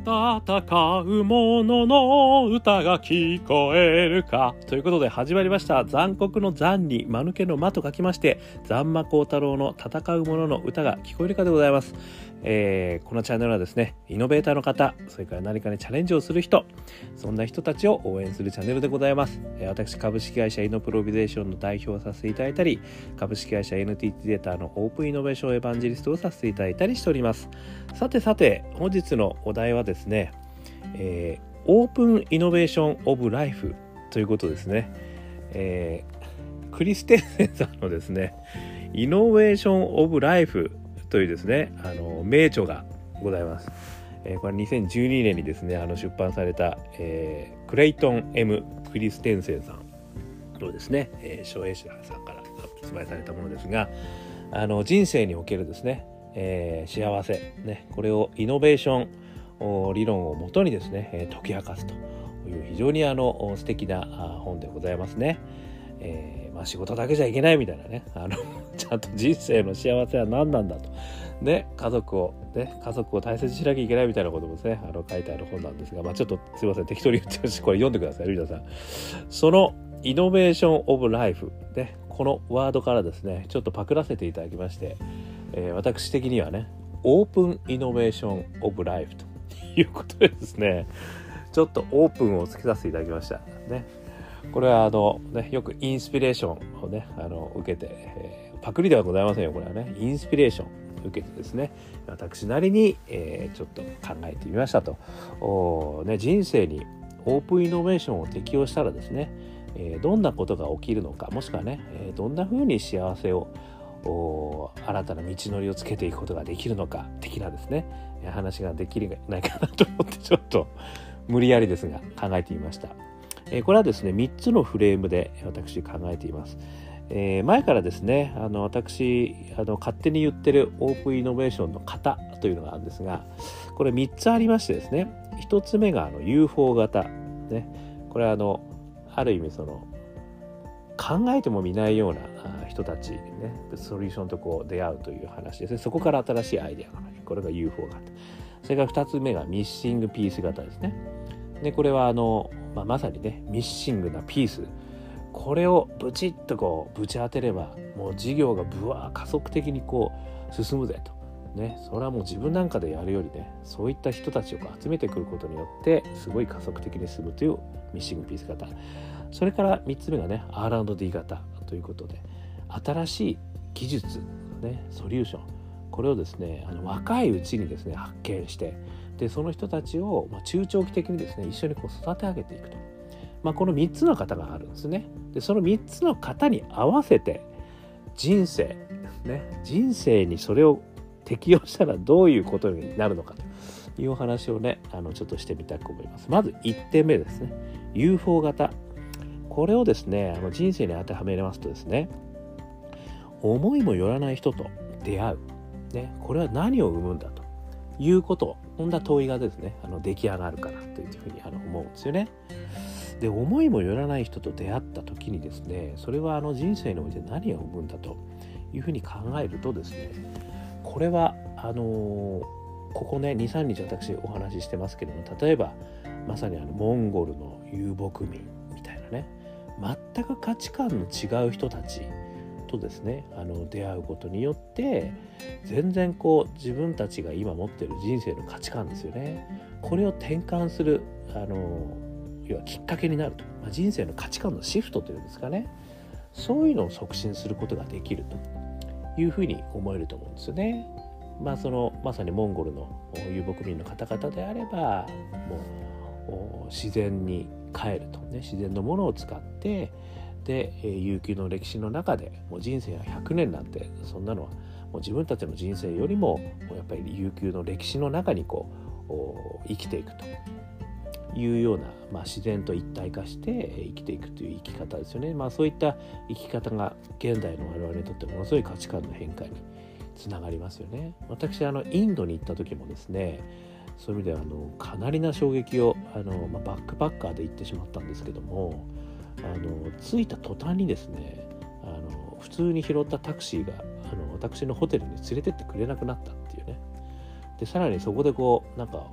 戦う者の歌が聞こえるかということで始まりました。残酷の残に間抜けの間と書きまして、残魔高太郎の戦う者の歌が聞こえるかでございます。このチャンネルはですね、イノベーターの方、それから何かにチャレンジをする人、そんな人たちを応援するチャンネルでございます。私、株式会社イノプロビゼーションの代表をさせていただいたり、株式会社 NTT データのオープンイノベーションエヴァンジェリストをさせていただいたりしております。さて、本日のお題はですね、オープンイノベーションオブライフということですね。クリステンセンさんのですね、イノベーションオブライフというですね、名著がございます。これ2012年にですね、出版された、クレイトン M クリステンセンさんのですね、小英社さんから発売されたものですが、人生におけるですね、幸せ、ね、これをイノベーション理論をもとにですね、解き明かすという非常に素敵な本でございますね。仕事だけじゃいけないみたいなね、ちゃんと人生の幸せは何なんだと、ね、家族を大切にしなきゃいけないみたいなこともですね、書いてある本なんですが、ちょっとすいません、適当に言ってほしい。これ読んでください、皆さん。そのイノベーションオブライフで、このワードからですね、ちょっとパクらせていただきまして、私的にはね、オープンイノベーションオブライフということでですね、ちょっとオープンをつけさせていただきましたね。これはよくインスピレーションをね受けて、パクリではございませんよ。これはね、インスピレーションを受けてですね、私なりに、ちょっと考えてみましたと。人生にオープンイノベーションを適用したらですね、どんなことが起きるのか、もしくはね、どんな風に幸せを新たな道のりをつけていくことができるのか的なですね、話ができないかなと思って、ちょっと無理やりですが考えてみました。これはですね、3つのフレームで私考えています。前からですね、私勝手に言ってるオープンイノベーションの型というのがあるんですが、これ3つありましてですね、1つ目がUFO 型、ね、これはある意味考えてもみないような人たち、ね、ソリューションと出会うという話ですね。そこから新しいアイデアが入る。これが UFO 型。それから2つ目がミッシングピース型ですね。でこれはまさにね、ミッシングなピース、これをブチッとぶち当てれば、もう事業が加速的に進むぜとね。それはもう自分なんかでやるよりね、そういった人たちを集めてくることによってすごい加速的に進むというミッシングピース型。それから3つ目がね、 R&D 型ということで、新しい技術、ね、ソリューション、これをですね、若いうちにですね発見して、でその人たちを中長期的にですね一緒に育て上げていくと、この3つの型があるんですね。でその3つの型に合わせて人生にそれを適用したらどういうことになるのかというお話をね、ちょっとしてみたいと思います。まず1点目ですね、 UFO 型。これをですね、人生に当てはめますとですね、思いもよらない人と出会う、ね、これは何を生むんだということ、こんな問いがですね出来上がるからというふうに思うんですよね。で思いもよらない人と出会った時にですね、それは人生において何を生むんだというふうに考えるとですね、これはここね 2,3 日私お話ししてますけれども、例えばまさにモンゴルの遊牧民みたいなね、全く価値観の違う人たちとですね出会うことによって、全然自分たちが今持っている人生の価値観ですよね、これを転換する要はきっかけになると、人生の価値観のシフトというんですかね、そういうのを促進することができるというふうに思えると思うんですよね。まさにモンゴルの遊牧民の方々であれば、もう自然に帰ると、ね、自然のものを使ってで悠久の歴史の中で、もう人生が100年なんて、そんなのはもう自分たちの人生よりもやっぱり悠久の歴史の中に生きていくというような、自然と一体化して生きていくという生き方ですよね。そういった生き方が現代の我々にとってものすごい価値観の変化につながりますよね。私インドに行った時もですね、そういう意味ではかなりな衝撃をバックパッカーで行ってしまったんですけども、着いた途端にですね、普通に拾ったタクシーが私のホテルに連れてってくれなくなったっていうね。でさらにそこで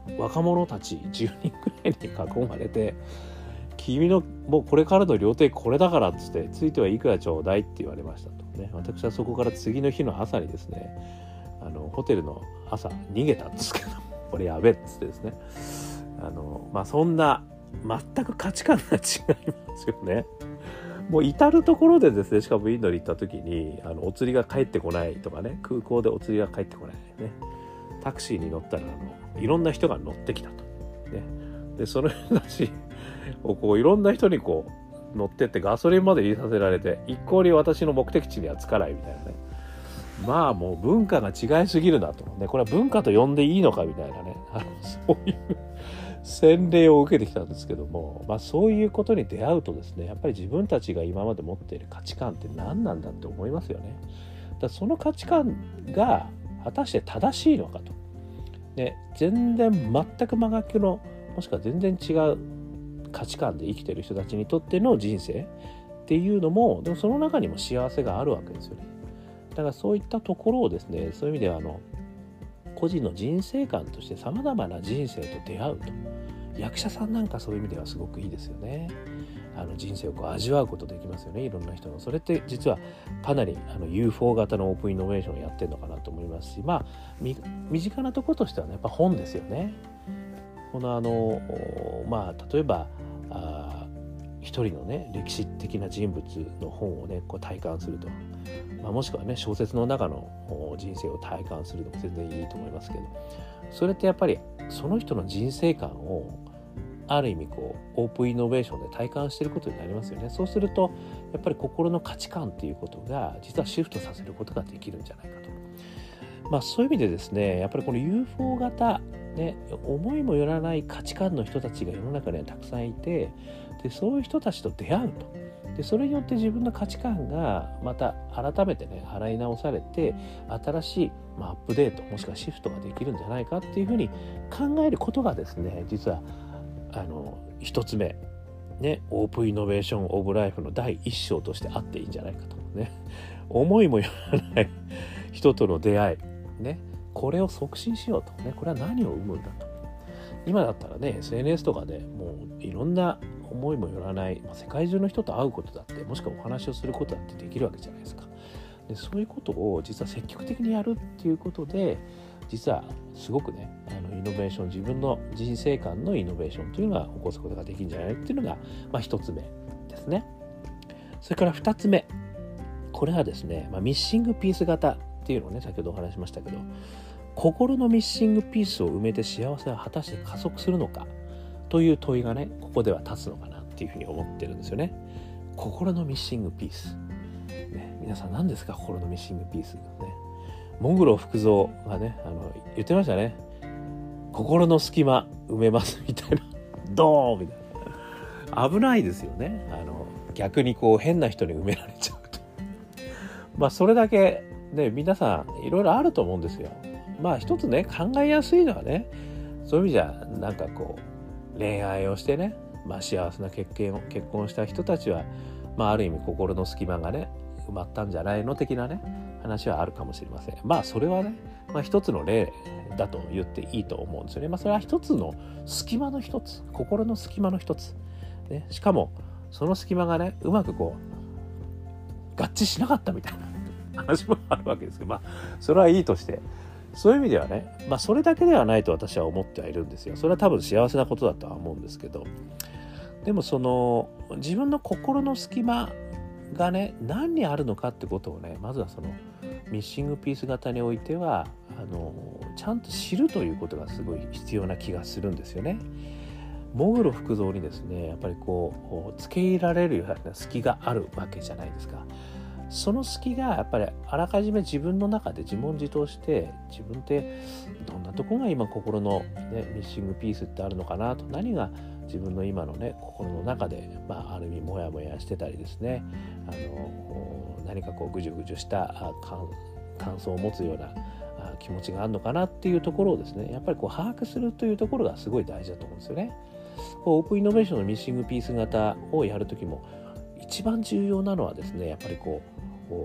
若者たち10人くらいに囲まれて、君のもうこれからの料亭これだからっつって、ついてはいくらちょうだいって言われましたとね。私はそこから次の日の朝にですね、ホテルの朝逃げたんですけど、これやべえっつってですね、そんな全く価値観が違いますよね。もう至るところでですね、しかもインドに行った時にお釣りが返ってこないとかね、空港でお釣りが返ってこないね、タクシーに乗ったらいろんな人が乗ってきたと、ね、でその人たちをこういろんな人にこう乗ってってガソリンまで入れさせられて、一向に私の目的地には着かないみたいなね。まあもう文化が違いすぎるなとね、これは文化と呼んでいいのかみたいなね、そういう洗礼を受けてきたんですけども、そういうことに出会うとですね、やっぱり自分たちが今まで持っている価値観って何なんだって思いますよね。だからその価値観が果たして正しいのかと、ね、全然全く真逆の、もしくは全然違う価値観で生きている人たちにとっての人生っていうのも、でもその中にも幸せがあるわけですよね。だからそういったところをですね、そういう意味では個人の人生観としてさまざまな人生と出会うと、役者さんなんかそういう意味ではすごくいいですよね。人生をこう味わうことできますよね、いろんな人の。それって実はかなりUFO 型のオープンイノベーションをやってるのかなと思いますし、身近なところとしてはね、やっぱ本ですよね。この例えば一人のね歴史的な人物の本をねこう体感すると、もしくはね小説の中の人生を体感するのも全然いいと思いますけど、それってやっぱりその人の人生観をある意味こうオープンイノベーションで体感していることになりますよね。そうするとやっぱり心の価値観っていうことが実はシフトさせることができるんじゃないかと。そういう意味でですね、やっぱりこの UFO 型ね、思いもよらない価値観の人たちが世の中にはたくさんいて、でそういう人たちと出会うと、でそれによって自分の価値観がまた改めてね洗い直されて、新しい、アップデートもしくはシフトができるんじゃないかっていうふうに考えることがですね、実は一つ目ね、オープンイノベーションオブライフの第一章としてあっていいんじゃないかとね。思いもよらない人との出会いね、これを促進しようとね、これは何を生むんだと。今だったらね SNS とかでもういろんな思いもよらない、世界中の人と会うことだって、もしくはお話をすることだってできるわけじゃないですか。でそういうことを実は積極的にやるっていうことで、実はすごくねイノベーション、自分の人生観のイノベーションというのが起こすことができるんじゃないっていうのが一つ目ですね。それから二つ目、これはですね、ミッシングピース型っていうのをね先ほどお話しましたけど、心のミッシングピースを埋めて幸せは果たして加速するのかという問いがねここでは立つのかなっていうふうに思ってるんですよね。心のミッシングピース、ね、皆さん何ですか心のミッシングピース、ね、喪黒福造がね言ってましたね。心の隙間埋めますみたいなドーンみたいな。危ないですよね。逆にこう変な人に埋められちゃうとそれだけね皆さんいろいろあると思うんですよ。一つね考えやすいのはね、そういう意味じゃなんかこう恋愛をしてね、幸せな結婚した人たちは、ある意味心の隙間がね埋まったんじゃないの的なね話はあるかもしれません。それはね、一つの例だと言っていいと思うんですよね。それは一つの隙間の一つ、心の隙間の一つ、ね、しかもその隙間がねうまくこう合致しなかったみたいな話もあるわけですけど、それはいいとして、そういう意味ではね、それだけではないと私は思ってはいるんですよ。それは多分幸せなことだとは思うんですけど、でもその自分の心の隙間がね何にあるのかってことをね、まずはそのミッシングピース型においてはちゃんと知るということがすごい必要な気がするんですよね。喪黒福造にですねやっぱりこう付け入れられるような隙があるわけじゃないですか。その隙がやっぱりあらかじめ自分の中で自問自答して、自分ってどんなとこが今心の、ミッシングピースってあるのかなと、何が自分の今のね心の中で、ある意味モヤモヤしてたりですね、何かこうぐじゅぐじゅした感想を持つような気持ちがあるのかなっていうところをですね、やっぱりこう把握するというところがすごい大事だと思うんですよね。オープンイノベーションのミッシングピース型をやるときも一番重要なのはですね、やっぱりこう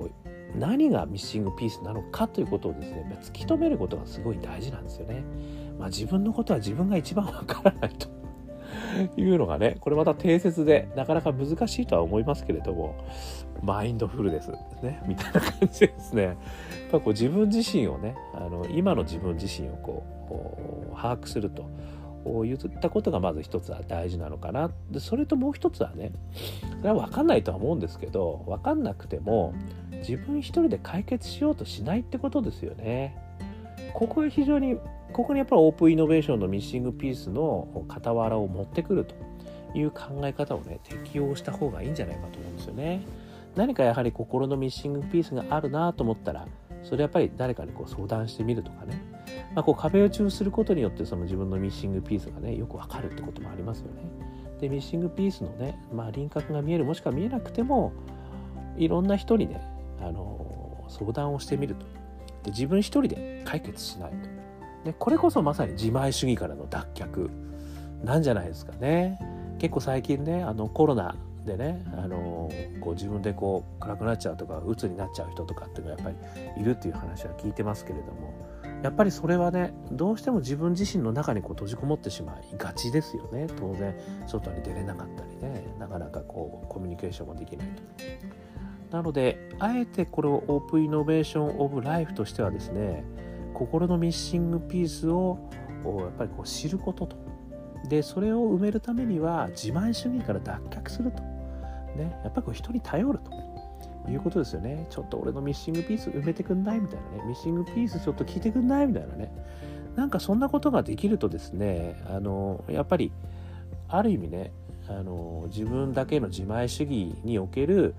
何がミッシングピースなのかということをですね、突き止めることがすごい大事なんですよね。自分のことは自分が一番わからないというのがね、これまた定説でなかなか難しいとは思いますけれども、マインドフルネスねみたいな感じですね。やっぱこう自分自身をね、今の自分自身をこう把握すると言ったことがまず一つは大事なのかな。でそれともう一つはね、それは分かんないとは思うんですけど、分かんなくても自分一人で解決しようとしないってことですよね。ここにやっぱりオープンイノベーションのミッシングピースの傍らを持ってくるという考え方をね、適用した方がいいんじゃないかと思うんですよね。何かやはり心のミッシングピースがあるなと思ったら、それやっぱり誰かにこう相談してみるとかね、こう壁打ちをすることによってその自分のミッシングピースがねよくわかるってこともありますよね。でミッシングピースのね、輪郭が見える、もしくは見えなくてもいろんな人にね相談をしてみると。で自分一人で解決しないと。でこれこそまさに自前主義からの脱却なんじゃないですかね。結構最近ねコロナでねこう自分でこう暗くなっちゃうとか鬱になっちゃう人とかっていうのがやっぱりいるっていう話は聞いてますけれども、やっぱりそれはねどうしても自分自身の中にこう閉じこもってしまいがちですよね。当然外に出れなかったりね、なかなかこうコミュニケーションもできないと。なのであえてこれをオープンイノベーションオブライフとしてはですね、心のミッシングピースをやっぱりこう知ることと、でそれを埋めるためには自前主義から脱却すると、ね、やっぱりこう人に頼るということですよね。ちょっと俺のミッシングピース埋めてくんないみたいなね、ミッシングピースちょっと聞いてくんないみたいなね、なんかそんなことができるとですね、やっぱりある意味ね自分だけの自前主義における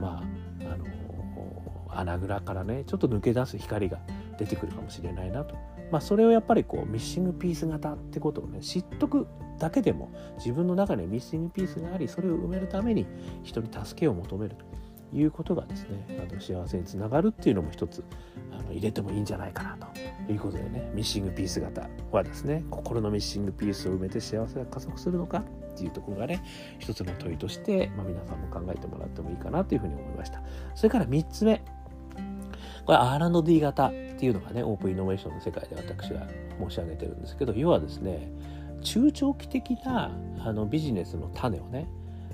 穴蔵からねちょっと抜け出す光が出てくるかもしれないなと。それをやっぱりこうミッシングピース型ってことをね知っとくだけでも、自分の中にミッシングピースがあり、それを埋めるために人に助けを求めるということがですね幸せにつながるっていうのも一つ入れてもいいんじゃないかなということでね、ミッシングピース型はですね、心のミッシングピースを埋めて幸せが加速するのかっていうところがね一つの問いとして、皆さんも考えてもらってもいいかなというふうに思いました。それから3つ目、これ R&D 型っていうのがねオープンイノベーションの世界で私は申し上げてるんですけど、要はですね中長期的なビジネスの種をね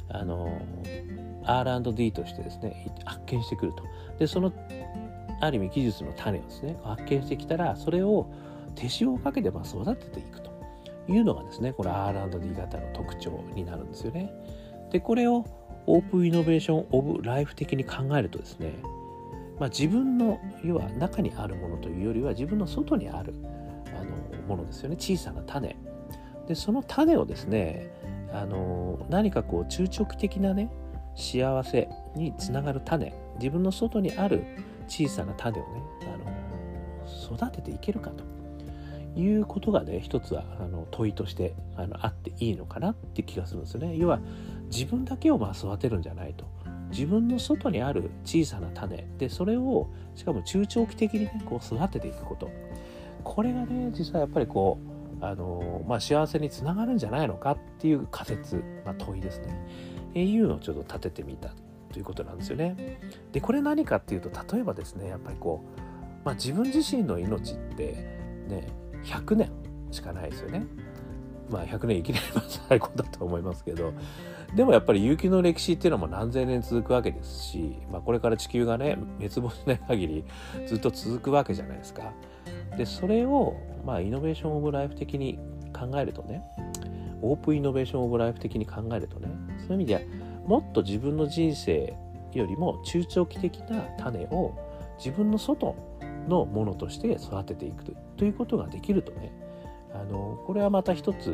R&D としてですね発見してくると。でそのある意味技術の種をですね発見してきたら、それを手塩をかけて育てていくというのがですねこれ R&D 型の特徴になるんですよね。でこれをオープンイノベーションオブライフ的に考えるとですね、自分の要は中にあるものというよりは自分の外にあるものですよね。小さな種で、その種をですね何かこう中長期的なね幸せにつながる種、自分の外にある小さな種をね育てていけるかということがね一つは問いとしてあっていいのかなって気がするんですよね。要は自分だけを育てるんじゃないと、自分の外にある小さな種で、それをしかも中長期的にねこう育てていくこと、これがね実はやっぱりこう幸せにつながるんじゃないのかっていう仮説、問いですね、いうのをちょっと立ててみたということなんですよね。でこれ何かっていうと、例えばですねやっぱりこう、自分自身の命ってね100年しかないですよね。100年生きれば最高だと思いますけど、でもやっぱり有機の歴史っていうのも何千年続くわけですし、これから地球がね滅亡しない限りずっと続くわけじゃないですか。でそれをイノベーションオブライフ的に考えるとね、オープンイノベーションオブライフ的に考えるとね、そういう意味ではもっと自分の人生よりも中長期的な種を自分の外のものとして育てていくということができるとね、これはまた一つ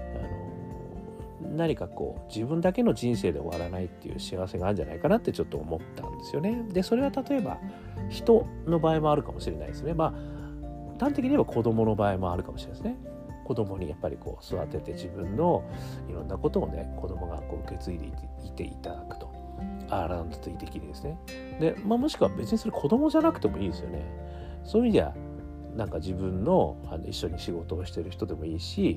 何かこう自分だけの人生で終わらないっていう幸せがあるんじゃないかなってちょっと思ったんですよね。でそれは例えば人の場合もあるかもしれないですね。端的に言えば子供の場合もあるかもしれないですね。子供にやっぱりこう育てて自分のいろんなことをね子供がこう受け継いでいていただくと、R&D的にですね。で、もしくは別にそれ子供じゃなくてもいいですよね。そういう意味ではなんか自分の一緒に仕事をしてる人でもいいし、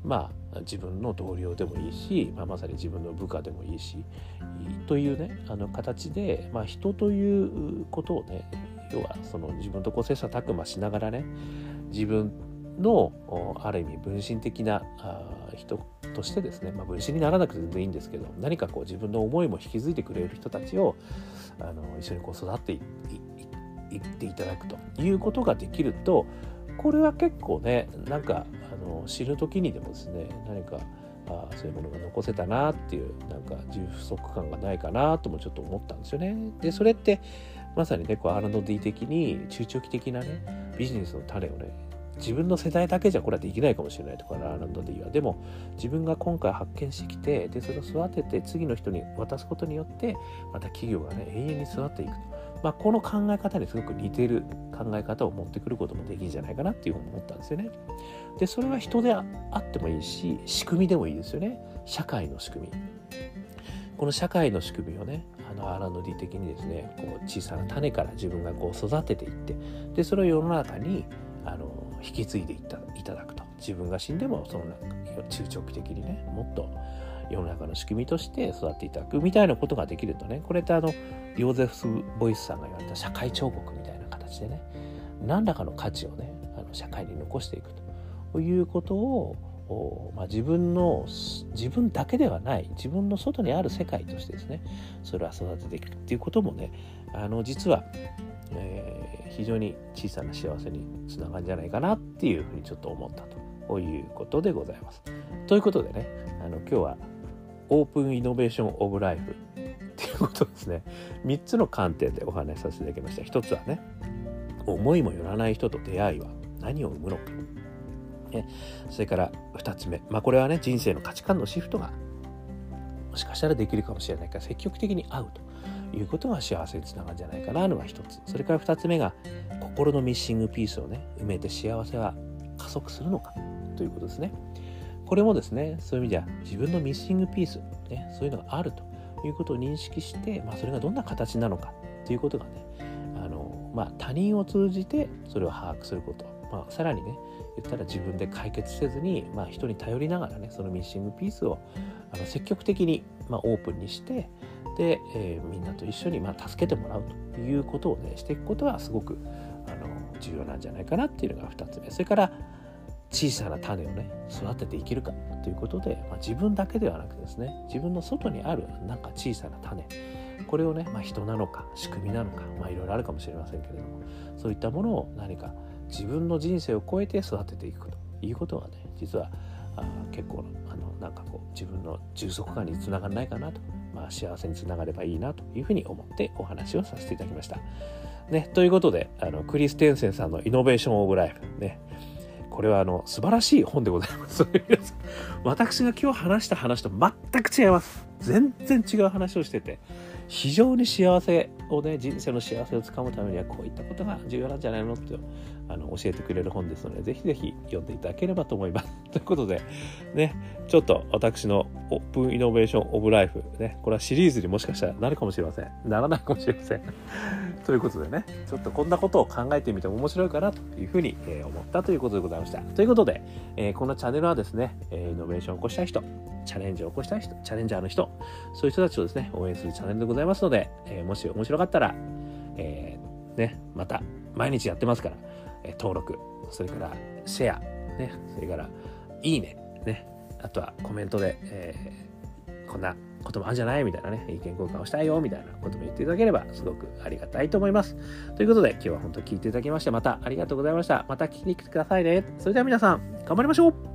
自分の同僚でもいいし、まさに自分の部下でもいいしというね形で、人ということをね、要はその自分と切磋琢磨しながらね、自分のある意味分身的な人としてですね、分身にならなくて全然いいんですけど、何か自分の思いも引き継いでくれる人たちを一緒に育っていっていただくということができると、これは結構ね、死ぬ時にでもですね、何かそういうものが残せたなっていう、充足感がないかなともちょっと思ったんですよね。でそれってまさにね、R&D 的に中長期的なねビジネスの種をね、自分の世代だけじゃこれはできないかもしれないとか、R&D はでも自分が今回発見してきて、でそれを育てて次の人に渡すことによって、また企業がね永遠に育っていくと、この考え方にすごく似ている考え方を持ってくることもできるんじゃないかなっていうふうに思ったんですよね。でそれは人であってもいいし、仕組みでもいいですよね。社会の仕組み、この社会の仕組みをね、R&D 的にですね、小さな種から自分が育てていって、でそれを世の中に引き継いでいただくと、自分が死んでもその中長期的にね、もっと世の中の仕組みとして育っていただくみたいなことができるとね、これってヨーゼフス・ボイスさんが言われた社会彫刻みたいな形でね、何らかの価値をね社会に残していくということを自分だけではない、自分の外にある世界としてですね、それは育てていくっていうこともね、実は、非常に小さな幸せにつながるんじゃないかなっていうふうにちょっと思ったということでございます。ということでね、今日はオープンイノベーションオブライフっていうことですね、3つの観点でお話しさせていただきました。1つはね、思いもよらない人と出会いは何を生むのか、それから2つ目、これはね、人生の価値観のシフトがもしかしたらできるかもしれないから、積極的に会うということが幸せにつながるんじゃないかなのが1つ。それから2つ目が、心のミッシングピースをね埋めて幸せは加速するのかということですね。これもですね、そういう意味では自分のミッシングピース、そういうのがあるということを認識して、それがどんな形なのかということがね、他人を通じてそれを把握すること、さらにね言ったら自分で解決せずに、人に頼りながらね、そのミッシングピースを積極的に、オープンにして、で、みんなと一緒に助けてもらうということをねしていくことはすごく重要なんじゃないかなっていうのが2つ目。それから小さな種をね育てていけるかということで、自分だけではなくですね、自分の外にある小さな種、これをね、人なのか仕組みなのか、いろいろあるかもしれませんけれども、そういったものを何か自分の人生を超えて育てていくということがね、実は結構自分の充足感につながらないかなと、幸せにつながればいいなというふうに思ってお話をさせていただきましたね。ということでクリス・テンセンさんのイノベーションオブライフね、これは素晴らしい本でございます。私が今日話した話と全く違います。全然違う話をしてて、非常に幸せをね、人生の幸せをつかむためにはこういったことが重要なんじゃないのって教えてくれる本ですので、ぜひぜひ読んでいただければと思います。ということでね、ちょっと私のオープンイノベーションオブライフね、これはシリーズにもしかしたらなるかもしれません。ならないかもしれません。ということでね、ちょっとこんなことを考えてみても面白いかなというふうに思ったということでございました。ということで、このチャンネルはですね、イノベーションを起こしたい人、チャレンジを起こしたい人、チャレンジャーの人、そういう人たちをですね応援するチャンネルでございますので、もし面白かったら、また毎日やってますから、登録、それからシェア、それからいいね、あとはコメントで、こんなこともあるんじゃないみたいなね、意見交換をしたいよみたいなことも言っていただければすごくありがたいと思います。ということで今日は本当に聞いていただきまして、またありがとうございました。また聞きに来てくださいね。それでは皆さん頑張りましょう。